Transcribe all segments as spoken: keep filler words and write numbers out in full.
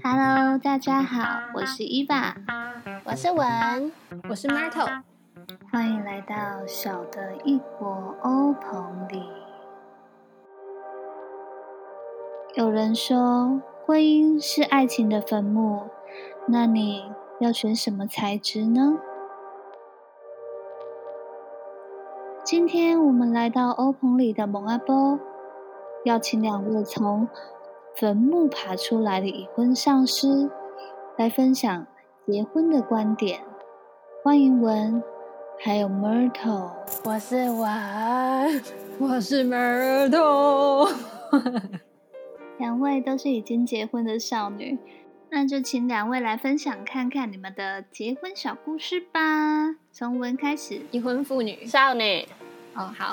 Hello， 大家好，我是伊娃， 我是文， 我是 Myrtle， 欢迎来到小的异国欧棚里。有人说，婚姻是爱情的坟墓，那你要选什么材质呢？今天我们来到欧棚里的蒙阿波，邀请两位从坟墓爬出来的已婚上师来分享结婚的观点。欢迎文，还有 Myrtle。 我是文， 我是 Myrtle。 两位都是已经结婚的少女，那就请两位来分享看看你们的结婚小故事吧。从文开始。 已婚妇女， 少女。 哦，好。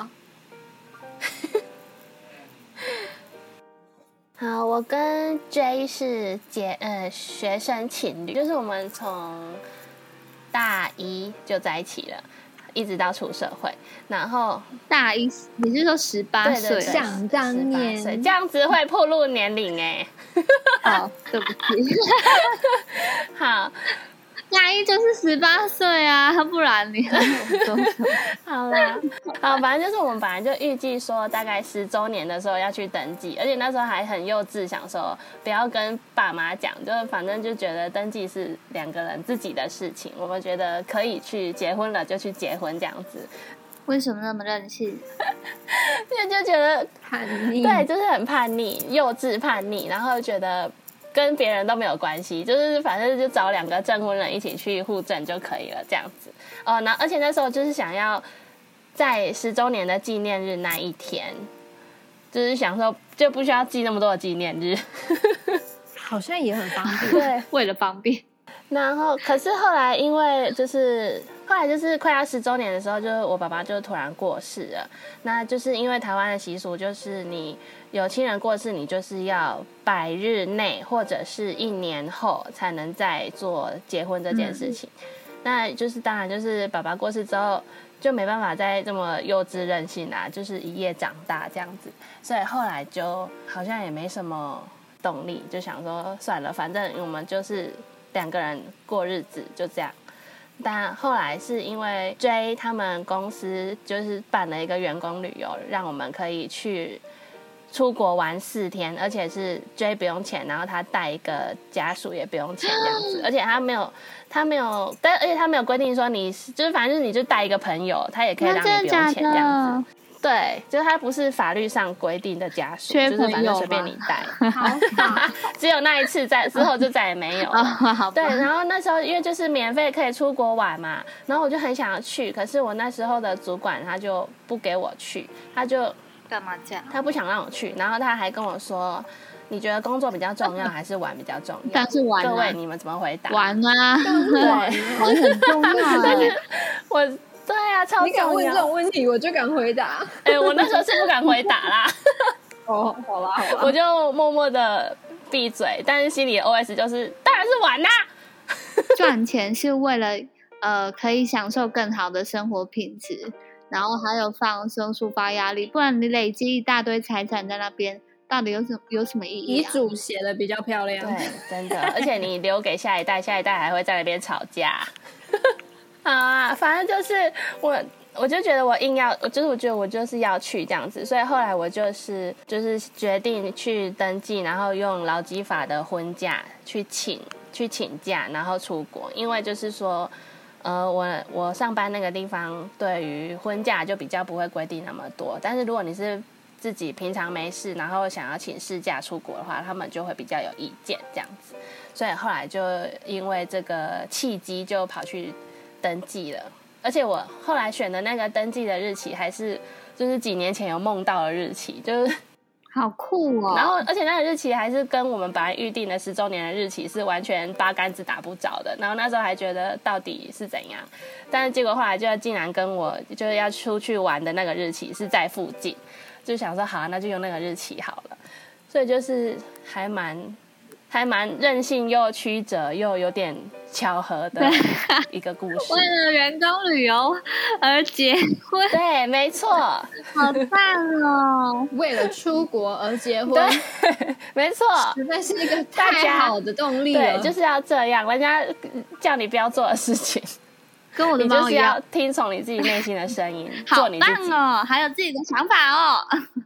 好，我跟 J 是结呃学生情侣，就是我们从大一就在一起了，一直到出社会。然后大一，你是说十八岁？ 想当年， 这样子会暴露年龄哎。 好，对不起。 好， 大一就是十八岁啊，不然你还有多久？ 好啦，好，反正就是我们本来就预计说，大概十周年的时候要去登记，而且那时候还很幼稚，想说不要跟爸妈讲，就是反正就觉得登记是两个人自己的事情，我们觉得可以去结婚了就去结婚这样子。 为什么那么任性？ 因为就觉得叛逆， 对，就是很叛逆，幼稚叛逆，然后觉得跟别人都没有关系，就是反正就找两个证婚人一起去户政就可以了，这样子。哦，然后而且那时候就是想要在十周年的纪念日那一天，就是想说就不需要记那么多的纪念日， 好像也很方便。 对， 为了方便。 然后可是后来因为就是后来就是快要十周年的时候，就是我爸爸就突然过世了。那就是因为台湾的习俗，就是你有亲人过世，你就是要百日内或者是一年后才能再做结婚这件事情。嗯、那就是当然就是爸爸过世之后，就没办法再这么幼稚任性啦，就是一夜长大这样子。所以后来就好像也没什么动力，就想说算了，反正我们就是两个人过日子就这样。但后来是因为 J 他们公司就是办了一个员工旅游，让我们可以去出国玩四天，而且是 J 不用钱，然后他带一个家属也不用钱这样子，而且他没有他没有，但而且他没有规定说你就是反正就是你就带一个朋友，他也可以让你不用钱这样子。对，就是他不是法律上规定的家属，就是反正随便你带。 好只有那一次在之后就再也没有了。 好对，然后那时候因为就是免费可以出国玩嘛，然后我就很想要去，可是我那时候的主管他就不给我去，他就干嘛这样？ 他不想让我去，然后他还跟我说，你觉得工作比较重要还是玩比较重要？ 但是玩、啊， 各位你们怎么回答？ 玩啊， 对， 玩很重要。 但是我。对啊，超重要。 你敢问这种问题，我就敢回答。 哎、欸，我那时候是不敢回答啦。 哦，好啦好啦， 我就默默的闭嘴，但是心里的 O S 就是，当然是玩啦。 赚钱是为了呃可以享受更好的生活品质，然后还有放松、抒发压力，不然你累积一大堆财产在那边，到底有什么有什么意义、啊？ 遗嘱写的比较漂亮， 对，真的，而且你留给下一代，下一代还会在那边吵架。好啊，反正就是我，我就觉得我硬要，就是我觉得我就是要去这样子，所以后来我就是就是决定去登记，然后用劳基法的婚假去请去请假，然后出国，因为就是说，呃，我我上班那个地方对于婚假就比较不会规定那么多，但是如果你是自己平常没事，然后想要请事假出国的话，他们就会比较有意见这样子，所以后来就因为这个契机就跑去登记了，而且我后来选的那个登记的日期还是就是几年前有梦到的日期，就是好酷哦。 然后而且那个日期还是跟我们本来预定的十周年的日期是完全八竿子打不着的，然后那时候还觉得到底是怎样，但是结果后来就竟然跟我就是要出去玩的那个日期是在附近，就想说好，那就用那个日期好了，所以就是还蛮还蛮任性又曲折又有点巧合的一个故事。 为了员工旅游而结婚， 对，没错， 好赞哦！ 为了出国而结婚， 对，没错， 实在是一个太好的动力了。 对，就是要这样，人家叫你不要做的事情， 跟我的你就是猫一样要，听从你自己内心的声音， 好做你自己。 棒哦，还有自己的想法哦。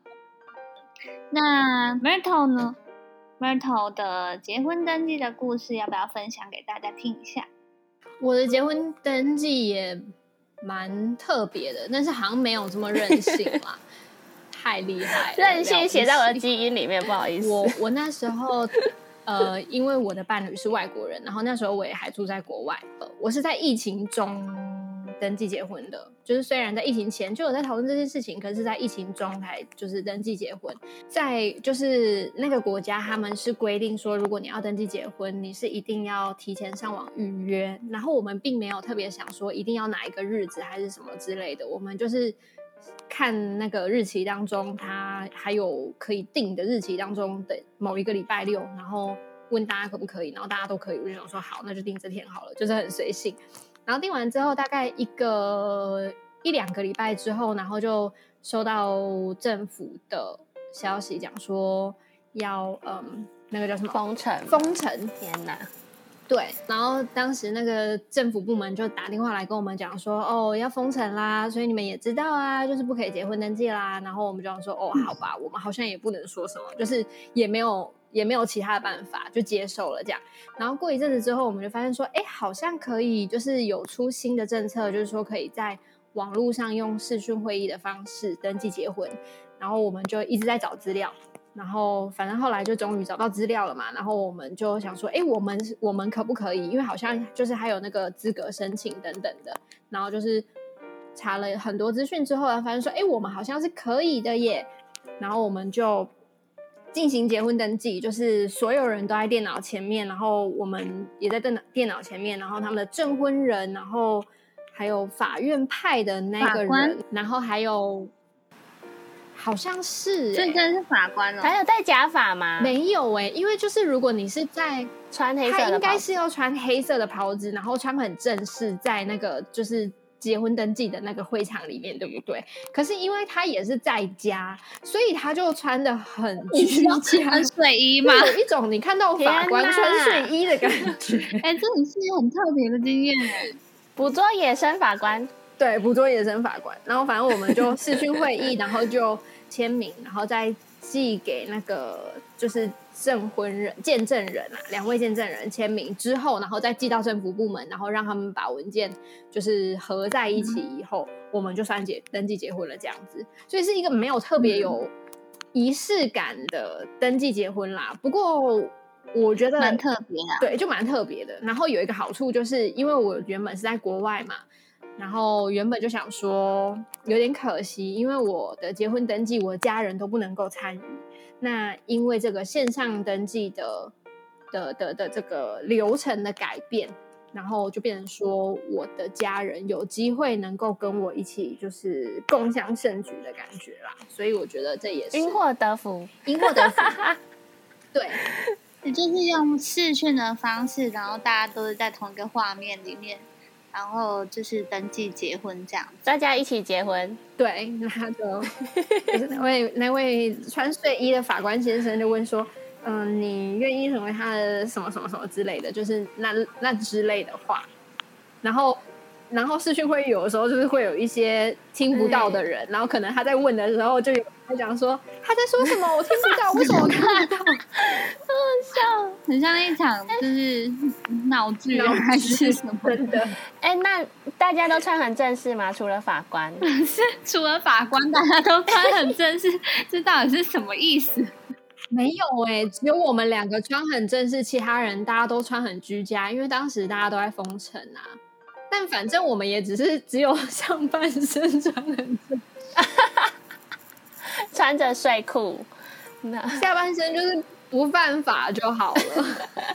那 Myrtle 呢？Myrtle 的结婚登记的故事，要不要分享给大家听一下？ 我的结婚登记也蛮特别的，但是好像没有这么任性啦，太厉害了， 任性写在我的了不起基因里面，不好意思。 我我那时候，呃，因为我的伴侣是外国人，然后那时候我也还住在国外，呃，我是在疫情中登记结婚的，就是虽然在疫情前就有在讨论这件事情，可是在疫情中才就是登记结婚。在就是那个国家，他们是规定说，如果你要登记结婚，你是一定要提前上网预约，然后我们并没有特别想说一定要哪一个日子还是什么之类的，我们就是看那个日期当中，它还有可以定的日期当中的某一个礼拜六，然后问大家可不可以，然后大家都可以，我就想说好，那就定这天好了，就是很随性。然后定完之后，大概一个一两个礼拜之后，然后就收到政府的消息，讲说要嗯那个叫什么封城， 封城， 天哪！ 对，然后当时那个政府部门就打电话来跟我们讲说，哦，要封城啦，所以你们也知道啊，就是不可以结婚登记啦。然后我们就想说，哦，好吧，我们好像也不能说什么，就是也没有也没有其他的办法，就接受了这样。然后过一阵子之后，我们就发现说，哎，好像可以，就是有出新的政策，就是说可以在网络上用视讯会议的方式登记结婚。然后我们就一直在找资料。然后反正后来就终于找到资料了嘛，然后我们就想说，哎，我们我们可不可以？因为好像就是还有那个资格申请等等的，然后就是查了很多资讯之后，发现说，哎，我们好像是可以的耶。然后我们就进行结婚登记，就是所有人都在电脑前面，然后我们也在电脑电脑前面，然后他们的证婚人，然后还有法院派的那个人，然后还有。好像是、欸， 所以真的是法官哦。 还有戴假发吗？ 没有哎、欸，因为就是如果你是在穿黑色的袍子， 他应该是要穿黑色的袍子，然后穿很正式，在那个就是结婚登记的那个会场里面，对不对？可是因为他也是在家，所以他就穿的很居家， 穿睡衣嘛， 有一种你看到法官穿睡衣的感觉。 哎、欸，这种是很特别的经验哎。 捕捉野生法官。 对，捕捉野生法官，然后反正我们就视讯会议，然后就签名，然后再寄给那个就是证婚人、见证人啊，两位见证人签名之后，然后再寄到政府部门，然后让他们把文件就是合在一起以后，嗯、我们就算结登记结婚了这样子。所以是一个没有特别有仪式感的登记结婚啦。不过我觉得蛮特别的， 对，就蛮特别的。然后有一个好处就是，因为我原本是在国外嘛。然后原本就想说有点可惜，因为我的结婚登记我的家人都不能够参与，那因为这个线上登记的的的的这个流程的改变，然后就变成说我的家人有机会能够跟我一起就是共襄盛举的感觉啦，所以我觉得这也是因祸得福， 因祸得福。对， 也就是用视讯的方式，然后大家都是在同一个画面里面。然后就是登记结婚这样子， 大家一起结婚。 对，那就就是那位那位穿睡衣的法官先生就问说：“嗯、呃，你愿意成为他的什么什么什么之类的，就是那那之类的话。”然后，然后视讯会议有的时候就是会有一些听不到的人，然后可能他在问的时候就有人讲说他在说什么，我听不到，为什么我看不到？ 很像，很像一场就是闹剧还是什么真的？ 哎，那大家都穿很正式吗？除了法官， 是除了法官，大家都穿很正式，这到底是什么意思？ 没有哎、欸，只有我们两个穿很正式，其他人大家都穿很居家，因为当时大家都在封城啊。但反正我们也只是只有上半身穿很正式， 穿着睡裤， 那下半身就是不犯法就好了。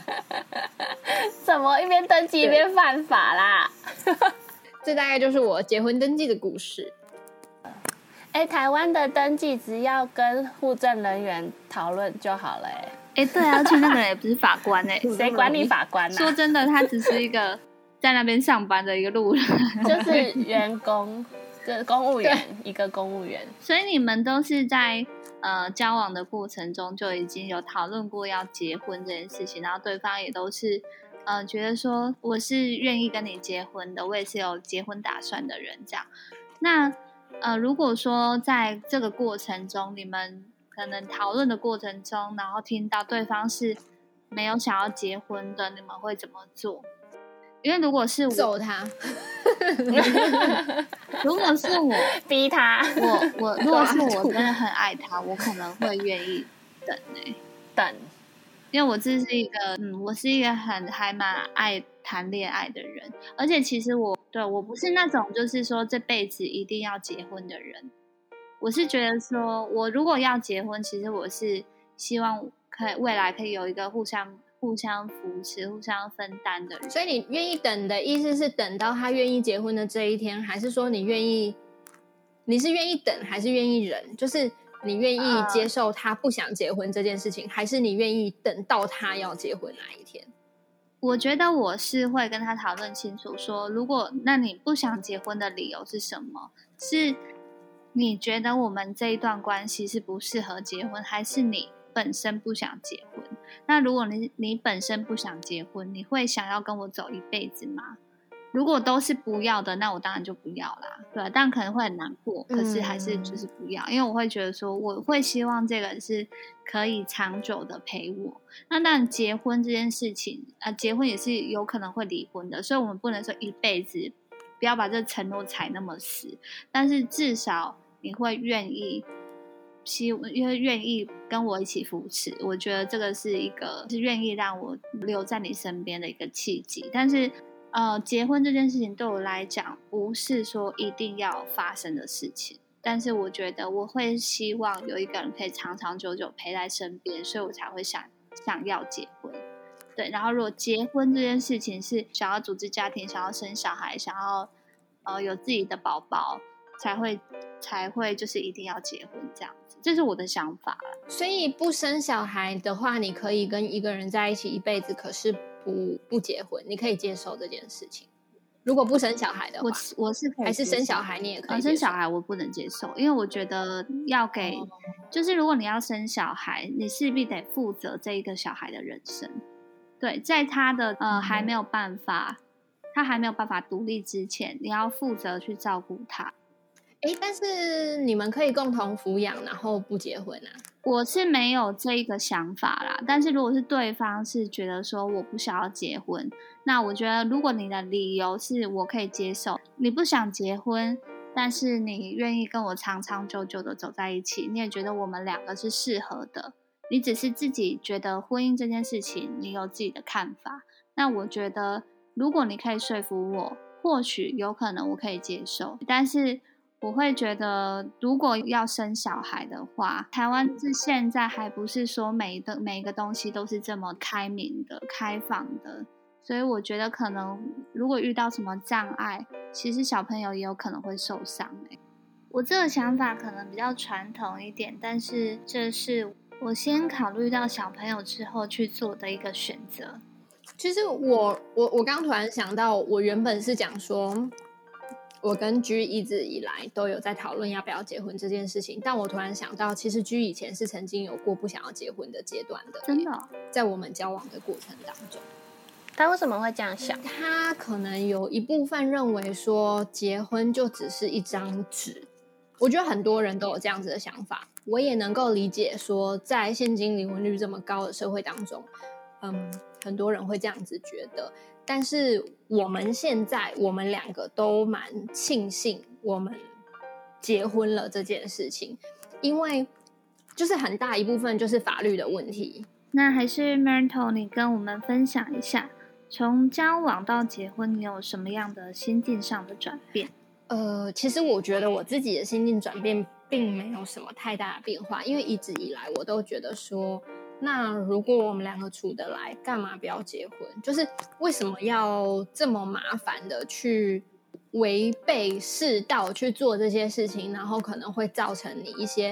怎么一边登记一边犯法啦？ 这大概就是我结婚登记的故事。 哎，台湾的登记只要跟户政人员讨论就好了、欸， 哎，对啊，而且那个人也不是法官哎、欸， 谁管理法官啊？ 说真的，他只是一个在那边上班的一个路人， 就是员工，就是公务员，一个公务员。 所以你们都是在呃交往的过程中就已经有讨论过要结婚这件事情，然后对方也都是呃觉得说我是愿意跟你结婚的，我也是有结婚打算的人这样。那呃如果说在这个过程中，你们可能讨论的过程中，然后听到对方是没有想要结婚的，你们会怎么做？因为如果是我揍他， 如果是我逼他， 我我如果是我真的很爱他，我可能会愿意等欸等， 因为我这是一个嗯，我是一个很还蛮爱谈恋爱的人，而且其实我对我不是那种就是说这辈子一定要结婚的人，我是觉得说我如果要结婚，其实我是希望可以未来可以有一个互相互相扶持、互相分担的人。 所以你愿意等的意思是等到他愿意结婚的这一天，还是说你愿意？你是愿意等，还是愿意忍？就是你愿意接受他不想结婚这件事情，呃、还是你愿意等到他要结婚那一天？ 我觉得我是会跟他讨论清楚说，如果那你不想结婚的理由是什么？是你觉得我们这一段关系是不适合结婚，还是你本身不想结婚？那如果你你本身不想结婚，你会想要跟我走一辈子吗？如果都是不要的，那我当然就不要啦，对，但可能会很难过，可是还是就是不要，嗯、因为我会觉得说，我会希望这个人是可以长久的陪我。那当然，结婚这件事情，呃，结婚也是有可能会离婚的，所以我们不能说一辈子不要把这承诺踩那么死，但是至少你会愿意。希因为愿意跟我一起扶持，我觉得这个是一个是愿意让我留在你身边的一个契机。但是，呃，结婚这件事情对我来讲，不是说一定要发生的事情。但是我觉得我会希望有一个人可以长长久久陪在身边，所以我才会想想要结婚。对，然后如果结婚这件事情是想要组织家庭、想要生小孩、想要呃有自己的宝宝，才会才会就是一定要结婚这样。这是我的想法啦。 所以不生小孩的话，你可以跟一个人在一起一辈子，可是不不结婚，你可以接受这件事情。如果不生小孩的话， 我我是可以还是生小孩你也可以接受。 呃、生小孩我不能接受，因为我觉得要给，哦、就是如果你要生小孩，你势必得负责这一个小孩的人生。对，在他的呃还没有办法，他还没有办法独立之前，你要负责去照顾他。 哎，但是你们可以共同抚养，然后不结婚啊？ 我是没有这一个想法啦，但是如果是对方是觉得说我不想要结婚，那我觉得如果你的理由是我可以接受，你不想结婚，但是你愿意跟我长长久久的走在一起，你也觉得我们两个是适合的，你只是自己觉得婚姻这件事情你有自己的看法，那我觉得如果你可以说服我，或许有可能我可以接受，但是我会觉得如果要生小孩的话，台湾是现在还不是说每一个每一个东西都是这么开明的开放的，所以我觉得可能如果遇到什么障碍，其实小朋友也有可能会受伤、欸、我这个想法可能比较传统一点，但是这是我先考虑到小朋友之后去做的一个选择。 其实我我我刚突然想到，我原本是讲说我跟 G 一直以来都有在讨论要不要结婚这件事情，但我突然想到，其实 G 以前是曾经有过不想要结婚的阶段的。 真的、哦？ 在我们交往的过程当中， 他为什么会这样想？ 他可能有一部分认为说结婚就只是一张纸，我觉得很多人都有这样子的想法，我也能够理解说在现今离婚率这么高的社会当中，嗯，很多人会这样子觉得，但是我们现在我们两个都蛮庆幸我们结婚了这件事情，因为就是很大一部分就是法律的问题。 那还是 Myrtle 你跟我们分享一下，从交往到结婚你有什么样的心境上的转变？ 呃，其实我觉得我自己的心境转变并没有什么太大的变化，因为一直以来我都觉得说，那如果我们两个处得来，干嘛不要结婚？就是为什么要这么麻烦的去违背世道去做这些事情，然后可能会造成你一些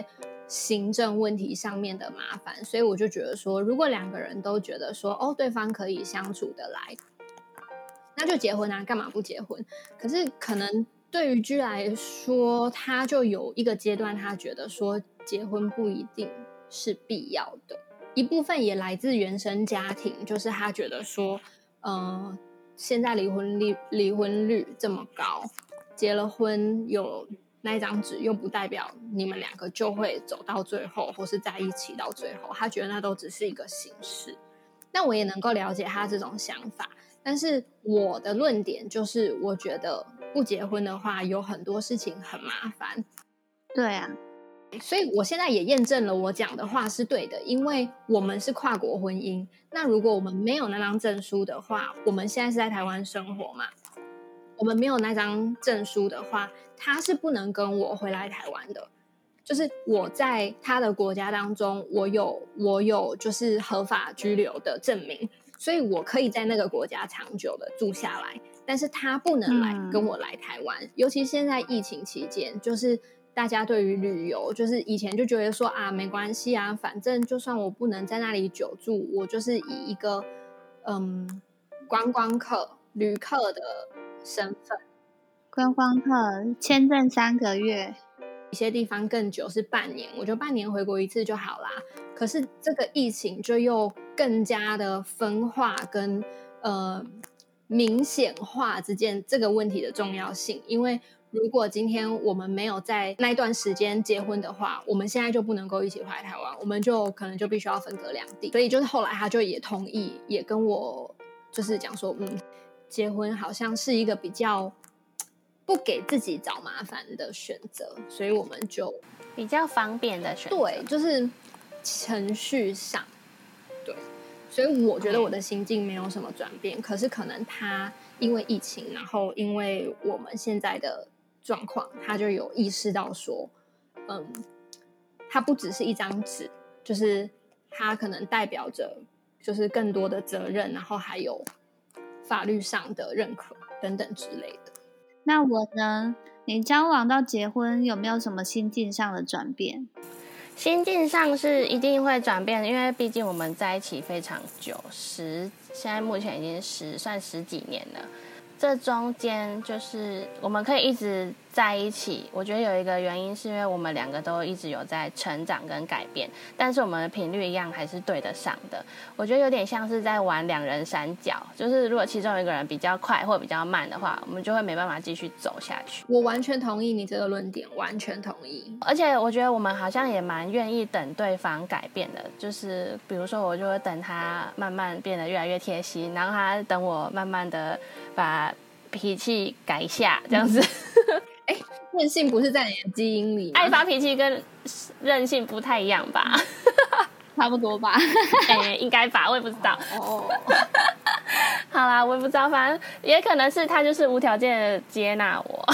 行政问题上面的麻烦，所以我就觉得说，如果两个人都觉得说，哦，对方可以相处得来，那就结婚啊，干嘛不结婚？可是可能对于G来说，他就有一个阶段，他觉得说结婚不一定是必要的，一部分也来自原生家庭，就是他觉得说，呃，现在离婚率离婚率这么高，结了婚有那一张纸，又不代表你们两个就会走到最后，或是在一起到最后。他觉得那都只是一个形式。那我也能够了解他这种想法，但是我的论点就是，我觉得不结婚的话，有很多事情很麻烦。 对啊。 所以我现在也验证了我讲的话是对的，因为我们是跨国婚姻。那如果我们没有那张证书的话，我们现在是在台湾生活嘛，我们没有那张证书的话，他是不能跟我回来台湾的。就是我在他的国家当中，我有我有就是合法居留的证明，所以我可以在那个国家长久的住下来，但是他不能来、嗯、跟我来台湾。尤其现在疫情期间，就是大家对于旅游，就是以前就觉得说啊，没关系啊，反正就算我不能在那里久住，我就是以一个嗯观光客、旅客的身份， 观光客签证三个月， 一些地方更久是半年，我就半年回国一次就好啦。可是这个疫情就又更加的分化跟呃明显化这件这个问题的重要性，因为如果今天我们没有在那一段时间结婚的话，我们现在就不能够一起回来台湾，我们就可能就必须要分隔两地。所以就是后来他就也同意，也跟我就是讲说，嗯，结婚好像是一个比较不给自己找麻烦的选择，所以我们就比较方便的选择。 对，就是程序上，对，所以我觉得我的心境没有什么转变，可是可能他因为疫情，然后因为我们现在的状况，他就有意识到说，嗯，它不只是一张纸，就是它可能代表着就是更多的责任，然后还有法律上的认可等等之类的。 那我呢？你交往到结婚有没有什么心境上的转变？ 心境上是一定会转变的，因为毕竟我们在一起非常久，十现在目前已经十算十几年了。这中间就是我们可以一直在一起，我觉得有一个原因是因为我们两个都一直有在成长跟改变，但是我们的频率一样还是对得上的。我觉得有点像是在玩两人三角，就是如果其中有一个人比较快或比较慢的话，我们就会没办法继续走下去。 我完全同意你这个论点，完全同意。 而且我觉得我们好像也蛮愿意等对方改变的，就是比如说我就会等他慢慢变得越来越贴心，然后他等我慢慢的把脾气改一下，这样子。 哎、欸，任性不是在你的基因里吗？ 爱发脾气跟任性不太一样吧？ 差不多吧。 哎、欸，应该吧，我也不知道。 哦， 好啦，我也不知道，反正也可能是他就是无条件的接纳我。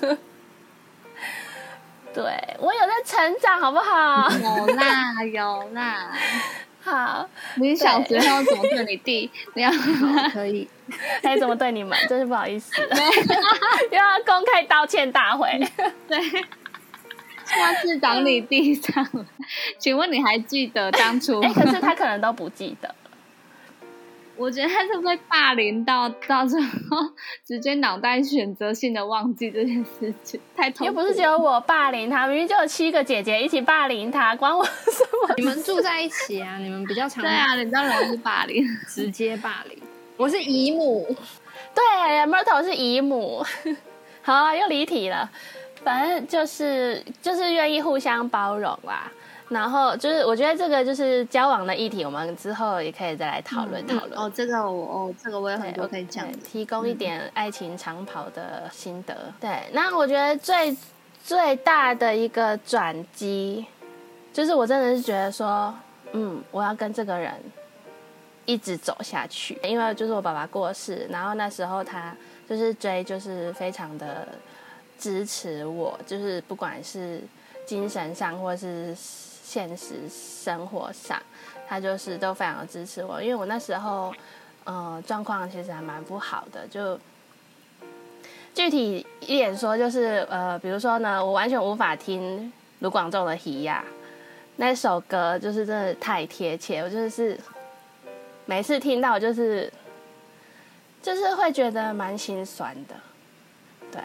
对，我有在成长，好不好？ 有啦，有啦。 好， 你小时候怎么对你弟？你要可以， 还怎么对你们？真是不好意思，又要公开道歉大会。 对，下次找你弟上来。请问你还记得当初？ 哎、欸，可是他可能都不记得。 我觉得他是被霸凌到，到最后直接脑袋选择性的忘记这件事情，太痛苦了。 又不是只有我霸凌他，明明就有七个姐姐一起霸凌他，关我什么？ 你们住在一起啊？你们比较常对啊，你知道我是霸凌， 直接霸凌。我是姨母， 对 ，Myrtle 是姨母。好啊，又离题了。反正就是就是愿意互相包容啦。然后就是，我觉得这个就是交往的议题，我们之后也可以再来讨论讨论。 哦，这个我哦，这个我有很多可以讲， 提供一点爱情长跑的心得。嗯、对，那我觉得最最大的一个转机，就是我真的是觉得说，嗯，我要跟这个人一直走下去，因为就是我爸爸过世，然后那时候他就是追，就是非常的支持我，就是不管是精神上或是现实生活上，他就是都非常的支持我，因为我那时候呃状况其实还蛮不好的，就具体一点说就是呃比如说呢，我完全无法听卢广仲的《鱼呀》， 那首歌就是真的太贴切，我就是每次听到就是就是会觉得蛮心酸的，对。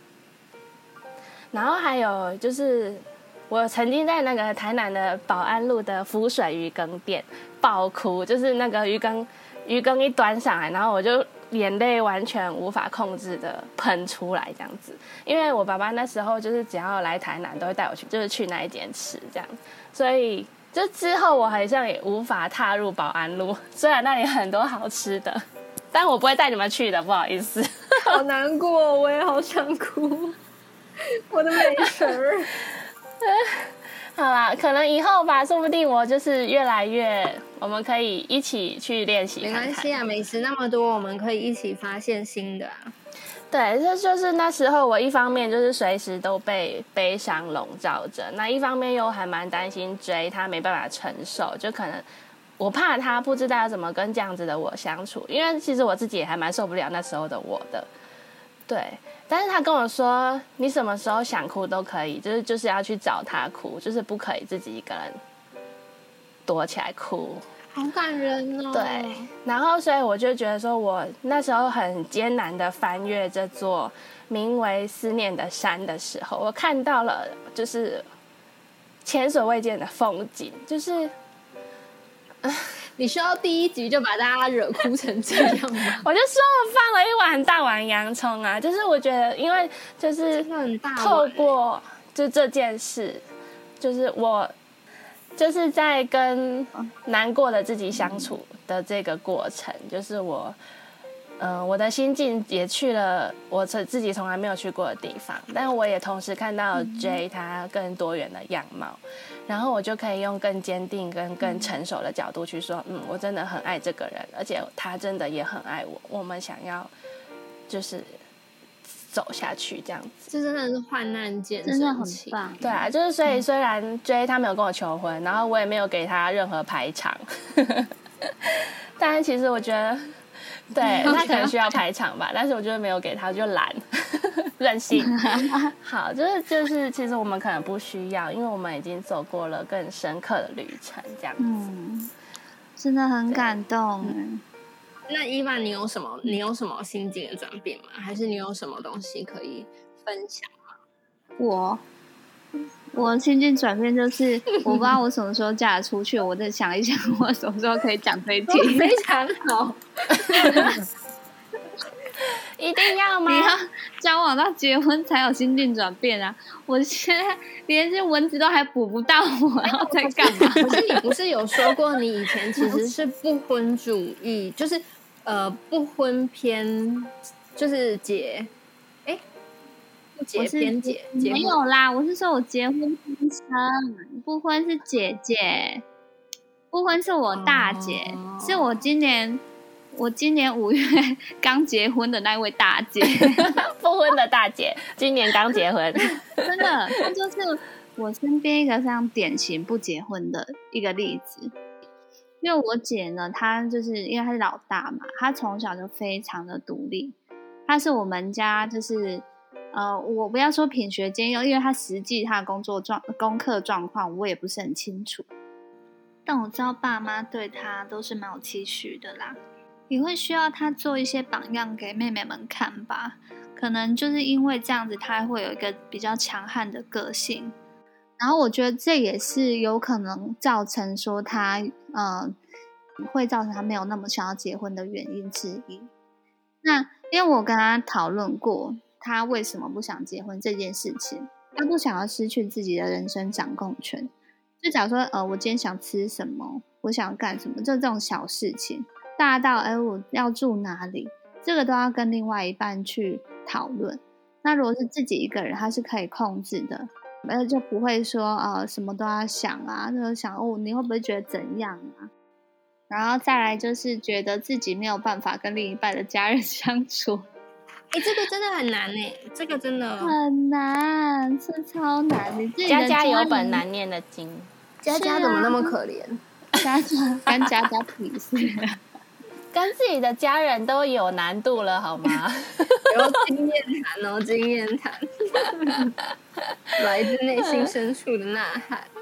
然后还有就是我曾经在那个台南的保安路的浮水鱼羹店爆哭，就是那个鱼羹鱼羹一端上来，然后我就眼泪完全无法控制的喷出来这样子，因为我爸爸那时候就是只要来台南都会带我去，就是去那一间吃这样，所以就之后我好像也无法踏入保安路，虽然那里很多好吃的，但我不会带你们去的，不好意思。 好难过，我也好想哭，我的美食儿。 好啦，可能以后吧，说不定我就是越来越，我们可以一起去练习看看。 没关系啊，美食那么多，我们可以一起发现新的啊。 对，这就是那时候我一方面就是随时都被悲伤笼罩着，那一方面又还蛮担心J他没办法承受，就可能我怕他不知道要怎么跟这样子的我相处，因为其实我自己也还蛮受不了那时候的我的。对，但是他跟我说，你什么时候想哭都可以，就是就是要去找他哭，就是不可以自己一个人躲起来哭。 好感人哦。 对，然后所以我就觉得说，我那时候很艰难的翻越这座名为思念的山的时候，我看到了就是前所未见的风景，就是。 你需要第一集就把大家惹哭成这样吗？ 我就说我放了一碗大碗洋葱啊，就是我觉得，因为就是透过就这件事，就是我就是在跟难过的自己相处的这个过程，就是我，嗯、呃，我的心境也去了我自己从来没有去过的地方，但我也同时看到 J 他更多元的样貌。然后我就可以用更坚定跟更成熟的角度去说，嗯，我真的很爱这个人，而且他真的也很爱我，我们想要就是走下去这样子。 这真的是患难见真的很棒。 对啊，就是所以虽然 J 他没有跟我求婚，然后我也没有给他任何排场，但是其实我觉得对他可能需要排场吧，但是我觉得没有给他，我就懒任性。好，就是就是，其实我们可能不需要，因为我们已经走过了更深刻的旅程，这样子。 嗯，真的很感动。嗯、 那伊娃，你有什么？你有什么心境的转变吗？还是你有什么东西可以分享吗？ 我。我心境转变就是，我不知道我什么时候嫁得出去，我再想一想，我什么时候可以讲这一题。 非常好， 一定要吗？ 你要交往到结婚才有心境转变啊！我现在连这蚊子都还捕不到我，然后在干嘛？ 可是你不是有说过，你以前其实是不婚主义，就是呃不婚偏，就是结。 我是偏姐没有啦，我是说我结婚单身，不婚是姐姐，不婚是我大姐，哦、是我今年我今年五月刚结婚的那位大姐， 不婚的大姐，今年刚结婚， 真的，她就是我身边一个非常典型不结婚的一个例子。因为我姐呢，她就是因为她是老大嘛，她从小就非常的独立，她是我们家就是。呃，我不要说品学兼优，因为他实际他的工作状功课状况我也不是很清楚，但我知道爸妈对他都是蛮有期许的啦，也会需要他做一些榜样给妹妹们看吧。可能就是因为这样子，他会有一个比较强悍的个性，然后我觉得这也是有可能造成说他呃会造成他没有那么想要结婚的原因之一。那因为我跟他讨论过。他为什么不想结婚这件事情，他不想要失去自己的人生掌控权。就假如说，呃，我今天想吃什么，我想干什么，就这种小事情，大到哎，我要住哪里，这个都要跟另外一半去讨论。那如果是自己一个人，他是可以控制的，呃，就不会说呃什么都要想啊，就想哦，你会不会觉得怎样啊？然后再来就是觉得自己没有办法跟另一半的家人相处。 哎、欸，这个真的很难哎、欸，这个真的很难，是超难。你自己家家有本难念的经， 家家怎么那么可怜？ 家家跟家家比是， 跟自己的家人都有难度了，好吗？ 有经验谈哦，经验谈，来自内心深处的呐喊。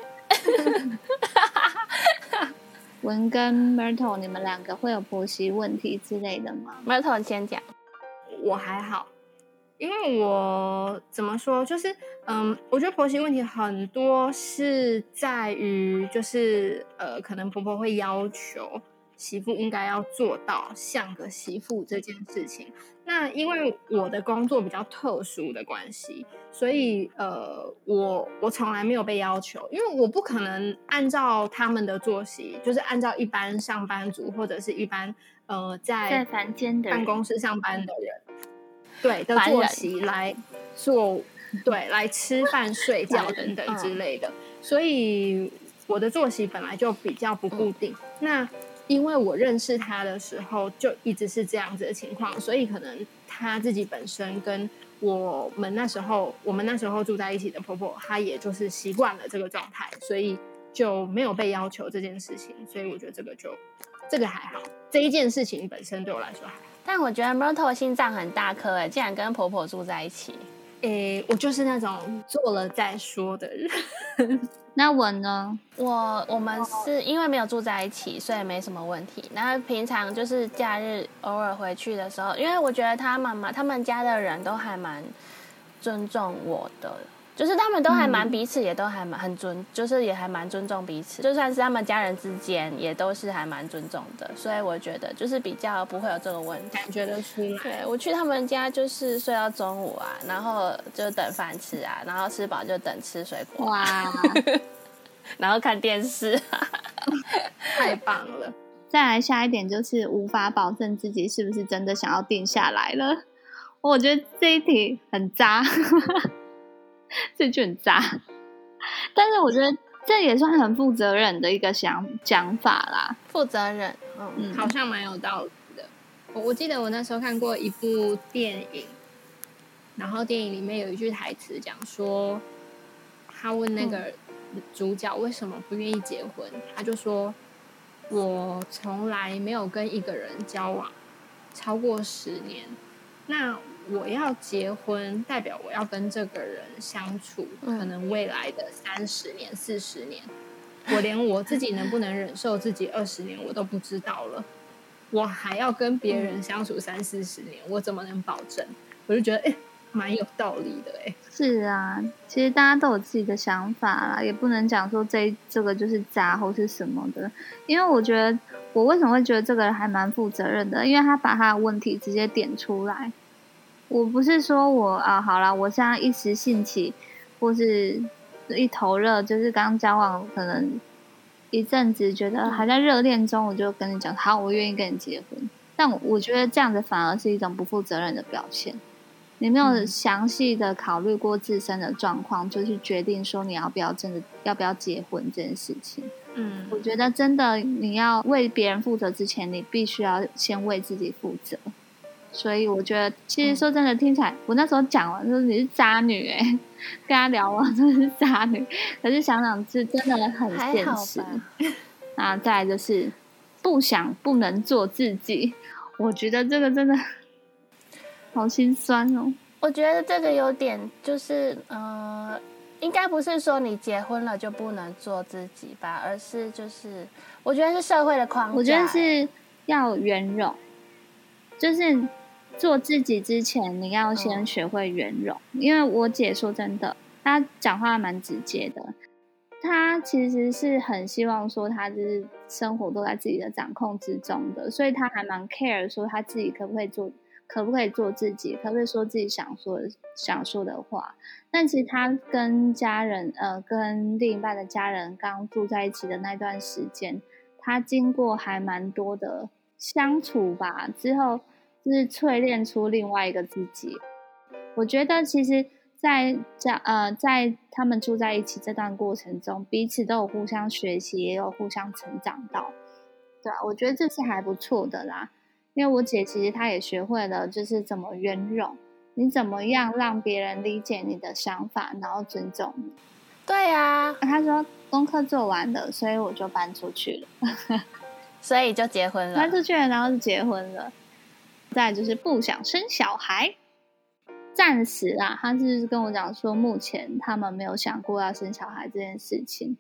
文跟 Myrtle 你们两个会有婆媳问题之类的吗？ Myrtle 先讲。 我还好，因为我怎么说，就是嗯，我觉得婆媳问题很多是在于，就是呃，可能婆婆会要求媳妇应该要做到像个媳妇这件事情。那因为我的工作比较特殊的关系，所以呃，我我从来没有被要求，因为我不可能按照他们的作息，就是按照一般上班族或者是一般呃在在凡间的人办公室上班的人，对的作息来做，对，来吃饭、睡觉等等之类的，所以我的作息本来就比较不固定。嗯、那因为我认识他的时候就一直是这样子的情况，所以可能他自己本身跟我们那时候我们那时候住在一起的婆婆，她也就是习惯了这个状态，所以就没有被要求这件事情。所以我觉得这个就这个还好，这一件事情本身对我来说还好。 但我觉得 Myrtle 心脏很大颗哎，竟然跟婆婆住在一起。 诶，我就是那种做了再说的人。 那我呢？ 我我们是因为没有住在一起，所以没什么问题。那平常就是假日偶尔回去的时候，因为我觉得他妈妈他们家的人都还蛮尊重我的。就是他们都还蛮彼此，也都还蛮很尊，就是也还蛮尊重彼此。就算是他们家人之间，也都是还蛮尊重的。所以我觉得就是比较不会有这个问题， 感觉得出来。 对，我去他们家就是睡到中午啊，然后就等饭吃啊，然后吃饱就等吃水果。 哇， 然后看电视、啊， 太棒了。 再来下一点就是无法保证自己是不是真的想要定下来了。我觉得这一题很渣。这句很渣，但是我觉得这也算很负责任的一个想讲法啦。 负责任，嗯， 嗯好像蛮有道理的。我我记得我那时候看过一部电影，然后电影里面有一句台词讲说，他问那个主角为什么不愿意结婚，嗯、他就说：“我从来没有跟一个人交往超过十年，那。”我要结婚，代表我要跟这个人相处，可能未来的三十年、四十年，我连我自己能不能忍受自己二十年我都不知道了，我还要跟别人相处三四十年，我怎么能保证？我就觉得，哎、欸，蛮有道理的、欸，哎。 是啊，其实大家都有自己的想法啦，也不能讲说这这个就是渣或是什么的，因为我觉得我为什么会觉得这个人还蛮负责任的，因为他把他的问题直接点出来。我不是说我啊，好啦，我现在一时兴起，或是一头热，就是刚交往，可能一阵子觉得还在热恋中，我就跟你讲，好，我愿意跟你结婚。但我我觉得这样子反而是一种不负责任的表现。你没有详细的考虑过自身的状况，就去决定说你要不要真的要不要结婚这件事情。 嗯， 我觉得真的你要为别人负责之前，你必须要先为自己负责。所以我觉得，其实说真的，听起来、嗯、我那时候讲完说你是渣女、欸，哎，跟他聊完说是渣女，可是想想是真的很现实。啊，再来就是不想不能做自己，我觉得这个真的好心酸哦。 我觉得这个有点就是呃，应该不是说你结婚了就不能做自己吧，而是就是我觉得是社会的框架、欸， 我觉得是要圆融，就是做自己之前你要先学会圆融、嗯、因为我姐说真的她讲话蛮直接的，她其实是很希望说她就是生活都在自己的掌控之中的，所以她还蛮 care 说她自己可不可以做可不可以做自己，可不可以说自己想说的想说的话。但其实她跟家人呃跟另一半的家人刚住在一起的那段时间，她经过还蛮多的相处吧，之后就是淬炼出另外一个自己。我觉得其实在呃在他们住在一起这段过程中，彼此都有互相学习，也有互相成长到。对啊，我觉得这是还不错的啦。因为我姐其实她也学会了就是怎么圆融，你怎么样让别人理解你的想法，然后尊重你。 对啊， 她说功课做完了，所以我就搬出去了。 所以就结婚了， 搬出去了，然后就结婚了。再来就是不想生小孩，暂时啊，他是跟我讲说，目前他们没有想过要生小孩这件事情。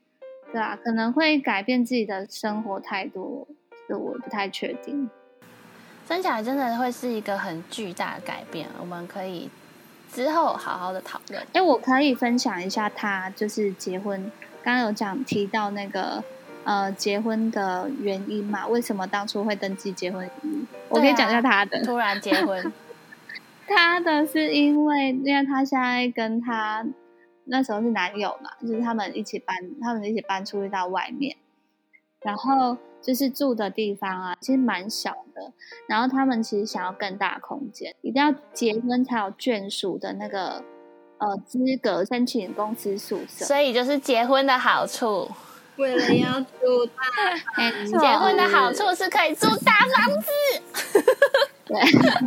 对啊，可能会改变自己的生活态度，这我不太确定。 生小孩真的会是一个很巨大的改变，我们可以之后好好的讨论。 哎，我可以分享一下他就是结婚，刚刚有讲提到那个呃结婚的原因嘛？为什么当初会登记结婚？我可以讲一下他的。 突然结婚， 他的是因为因为他现在跟他那时候是男友嘛，就是他们一起搬，他们一起搬出去到外面，然后就是住的地方啊，其实蛮小的。然后他们其实想要更大空间，一定要结婚才有眷属的那个呃资格申请公司宿舍。 所以就是结婚的好处。 为了要住大哎， 结婚的好处是可以住大房子， 对，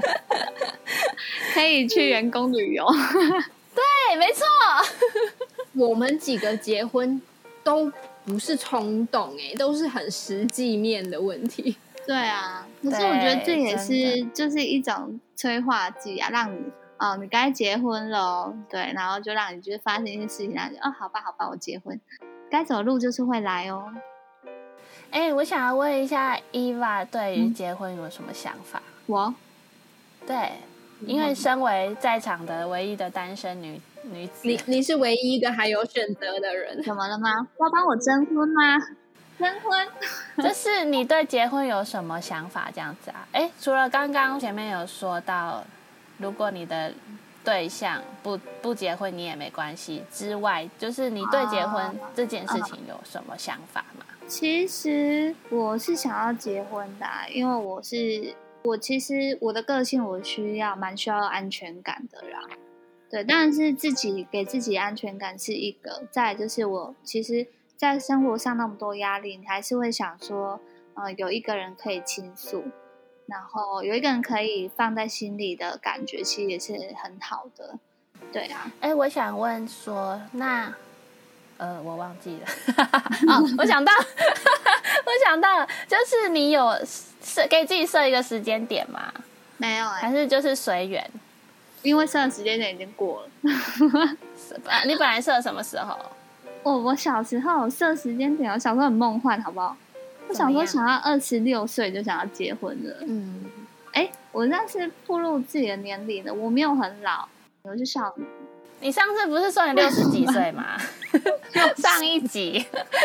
可以去员工旅游。 对，没错。 我们几个结婚都不是冲动哎、欸，都是很实际面的问题。 对啊，可是我觉得这也是就是一种催化剂啊，让你哦，你该结婚了、哦，对，然后就让你就是发生一些事情，然后就哦，好吧，好吧，我结婚，该走的路就是会来哦。 哎、欸，我想要问一下 Eva 对于结婚有什么想法？ 嗯、我， 对，因为身为在场的唯一的单身女女子， 你你是唯一一个还有选择的人， 怎么了吗？要帮我征婚吗？征婚？ 就是你对结婚有什么想法？这样子啊？哎、欸，除了刚刚前面有说到，如果你的对象不不结婚你也没关系之外，就是你对结婚这件事情有什么想法吗？ 其实我是想要结婚的、啊，因为我是我其实我的个性我需要蛮需要安全感的啦。对，当然是自己给自己安全感是一个，再来就是我其实在生活上那么多压力，你还是会想说，呃，有一个人可以倾诉，然后有一个人可以放在心里的感觉，其实也是很好的。对啊， 哎，我想问说，那呃，我忘记了，哦，我想到，我想到了，就是你有设给自己设一个时间点吗？ 没有哎、欸， 还是就是随缘？ 因为设的时间点已经过了。 你本来设什么时候？ 我我小时候设时间点，我小时候很梦幻，好不好？我小时候想要二十六岁就想要结婚了。 嗯， 哎，我那是步入自己的年龄了，我没有很老，我是少女。 你上次不是说你六十几岁吗？上一集。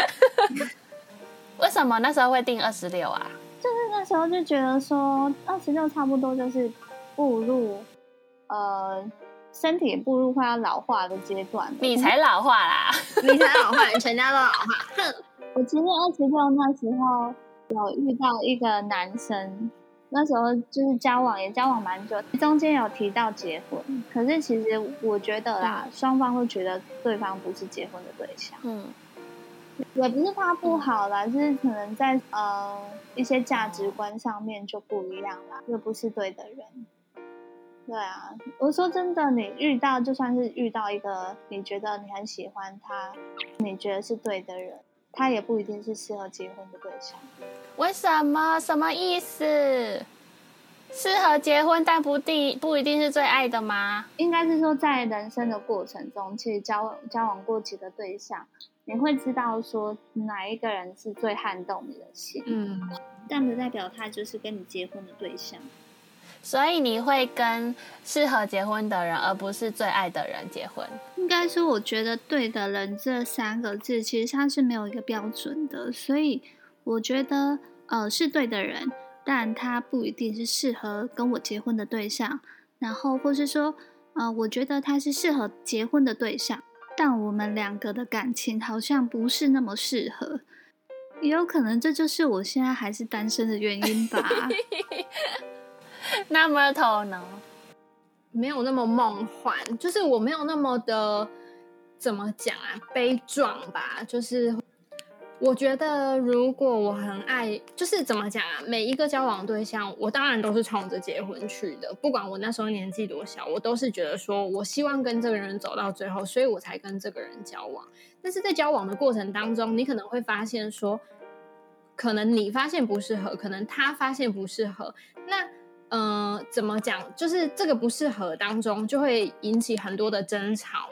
为什么那时候会定二十六啊？ 就是那时候就觉得说二十六差不多就是步入呃身体步入快要老化的阶段。 你才老化啦！ 你才老化，你全家都老化。哼！ 我其实二十六那时候有遇到一个男生，那时候就是交往也交往蛮久，中间有提到结婚，可是其实我觉得啦，双、嗯、方会觉得对方不是结婚的对象。嗯。也不是他不好啦，就是可能在呃一些价值观上面就不一样啦，就不是对的人。对啊，我说真的，你遇到就算是遇到一个你觉得你很喜欢他，你觉得是对的人，他也不一定是适合结婚的对象。 为什么？什么意思？适合结婚但不定不一定是最爱的吗？ 应该是说在人生的过程中，其实交往交往过几个对象，你会知道说哪一个人是最撼动你的心，嗯，但不代表他就是跟你结婚的对象。 所以你会跟适合结婚的人，而不是最爱的人结婚。 应该说，我觉得对的人这三个字，其实它是没有一个标准的，所以我觉得呃是对的人，但他不一定是适合跟我结婚的对象，然后或是说呃我觉得他是适合结婚的对象，但我们两个的感情好像不是那么适合，也有可能这就是我现在还是单身的原因吧。 那 Myrtle 呢？ 没有那么梦幻，就是我没有那么的怎么讲啊，悲壮吧。就是我觉得，如果我很爱，就是怎么讲啊，每一个交往对象，我当然都是冲着结婚去的。不管我那时候年纪多小，我都是觉得说我希望跟这个人走到最后，所以我才跟这个人交往。但是在交往的过程当中，你可能会发现说，可能你发现不适合，可能他发现不适合，那。呃，怎么讲？就是这个不适合当中，就会引起很多的争吵嘛。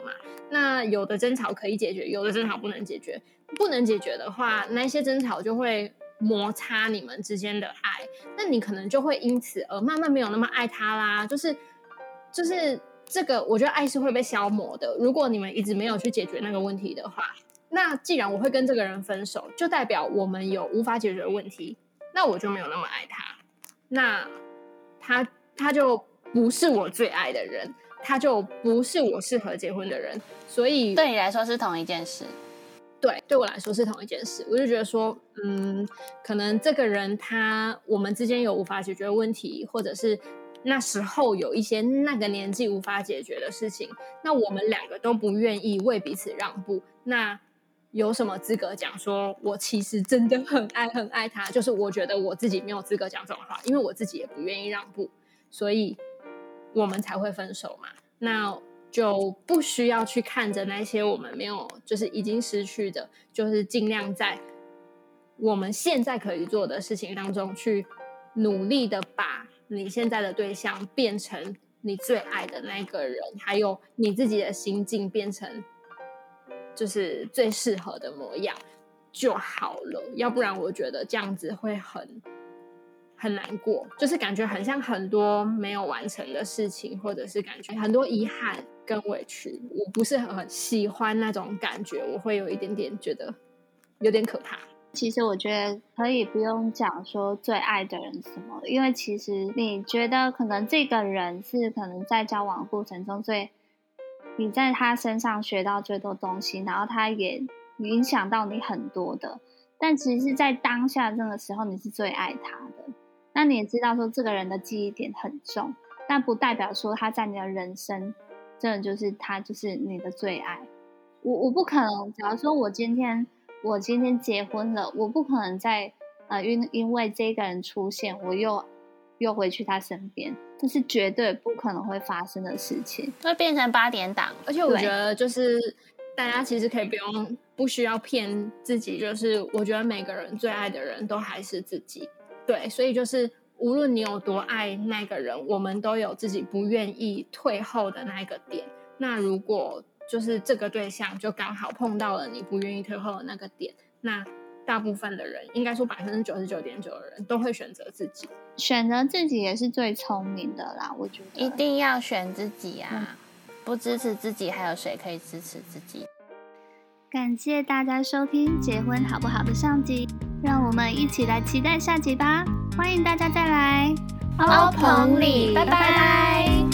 那有的争吵可以解决，有的争吵不能解决。不能解决的话，那些争吵就会摩擦你们之间的爱，那你可能就会因此而慢慢没有那么爱他啦。就是就是这个，我觉得爱是会被消磨的。如果你们一直没有去解决那个问题的话，那既然我会跟这个人分手，就代表我们有无法解决的问题，那我就没有那么爱他，那他他就不是我最爱的人，他就不是我适合结婚的人。所以对你来说是同一件事。 对，对我来说是同一件事。我就觉得说，嗯，可能这个人他我们之间有无法解决的问题，或者是那时候有一些那个年纪无法解决的事情，那我们两个都不愿意为彼此让步，那有什么资格讲说我其实真的很爱很爱他？就是我觉得我自己没有资格讲这种话，因为我自己也不愿意让步，所以我们才会分手嘛。那就不需要去看着那些我们没有就是已经失去的，就是尽量在我们现在可以做的事情当中去努力的把你现在的对象变成你最爱的那个人，还有你自己的心境变成就是最适合的模样就好了。要不然我觉得这样子会很很难过，就是感觉很像很多没有完成的事情，或者是感觉很多遗憾跟委屈。我不是很喜欢那种感觉，我会有一点点觉得有点可怕。 其实我觉得可以不用讲说最爱的人什么，因为其实你觉得可能这个人是可能在交往过程中最你在他身上学到最多东西，然后他也影响到你很多的，但其实是在当下那个时候你是最爱他的。那你也知道说这个人的记忆点很重，但不代表说他在你的人生真的就是他就是你的最爱。我我不可能，假如说我今天我今天结婚了，我不可能在呃因因为这个人出现，我又又回去他身边，这是绝对不可能会发生的事情， 会变成八点档。 而且我觉得就是大家其实可以不用不需要骗自己，就是我觉得每个人最爱的人都还是自己。对，所以就是无论你有多爱那个人，我们都有自己不愿意退后的那个点。那如果就是这个对象就刚好碰到了你不愿意退后的那个点，那大部分的人，应该说百分之九十九点九的人都会选择自己。 选择自己也是最聪明的啦，我觉得一定要选自己啊、嗯、不支持自己还有谁可以支持自己？ 感谢大家收听结婚好不好的上集，让我们一起来期待下集吧。欢迎大家再来欧朋里，拜拜。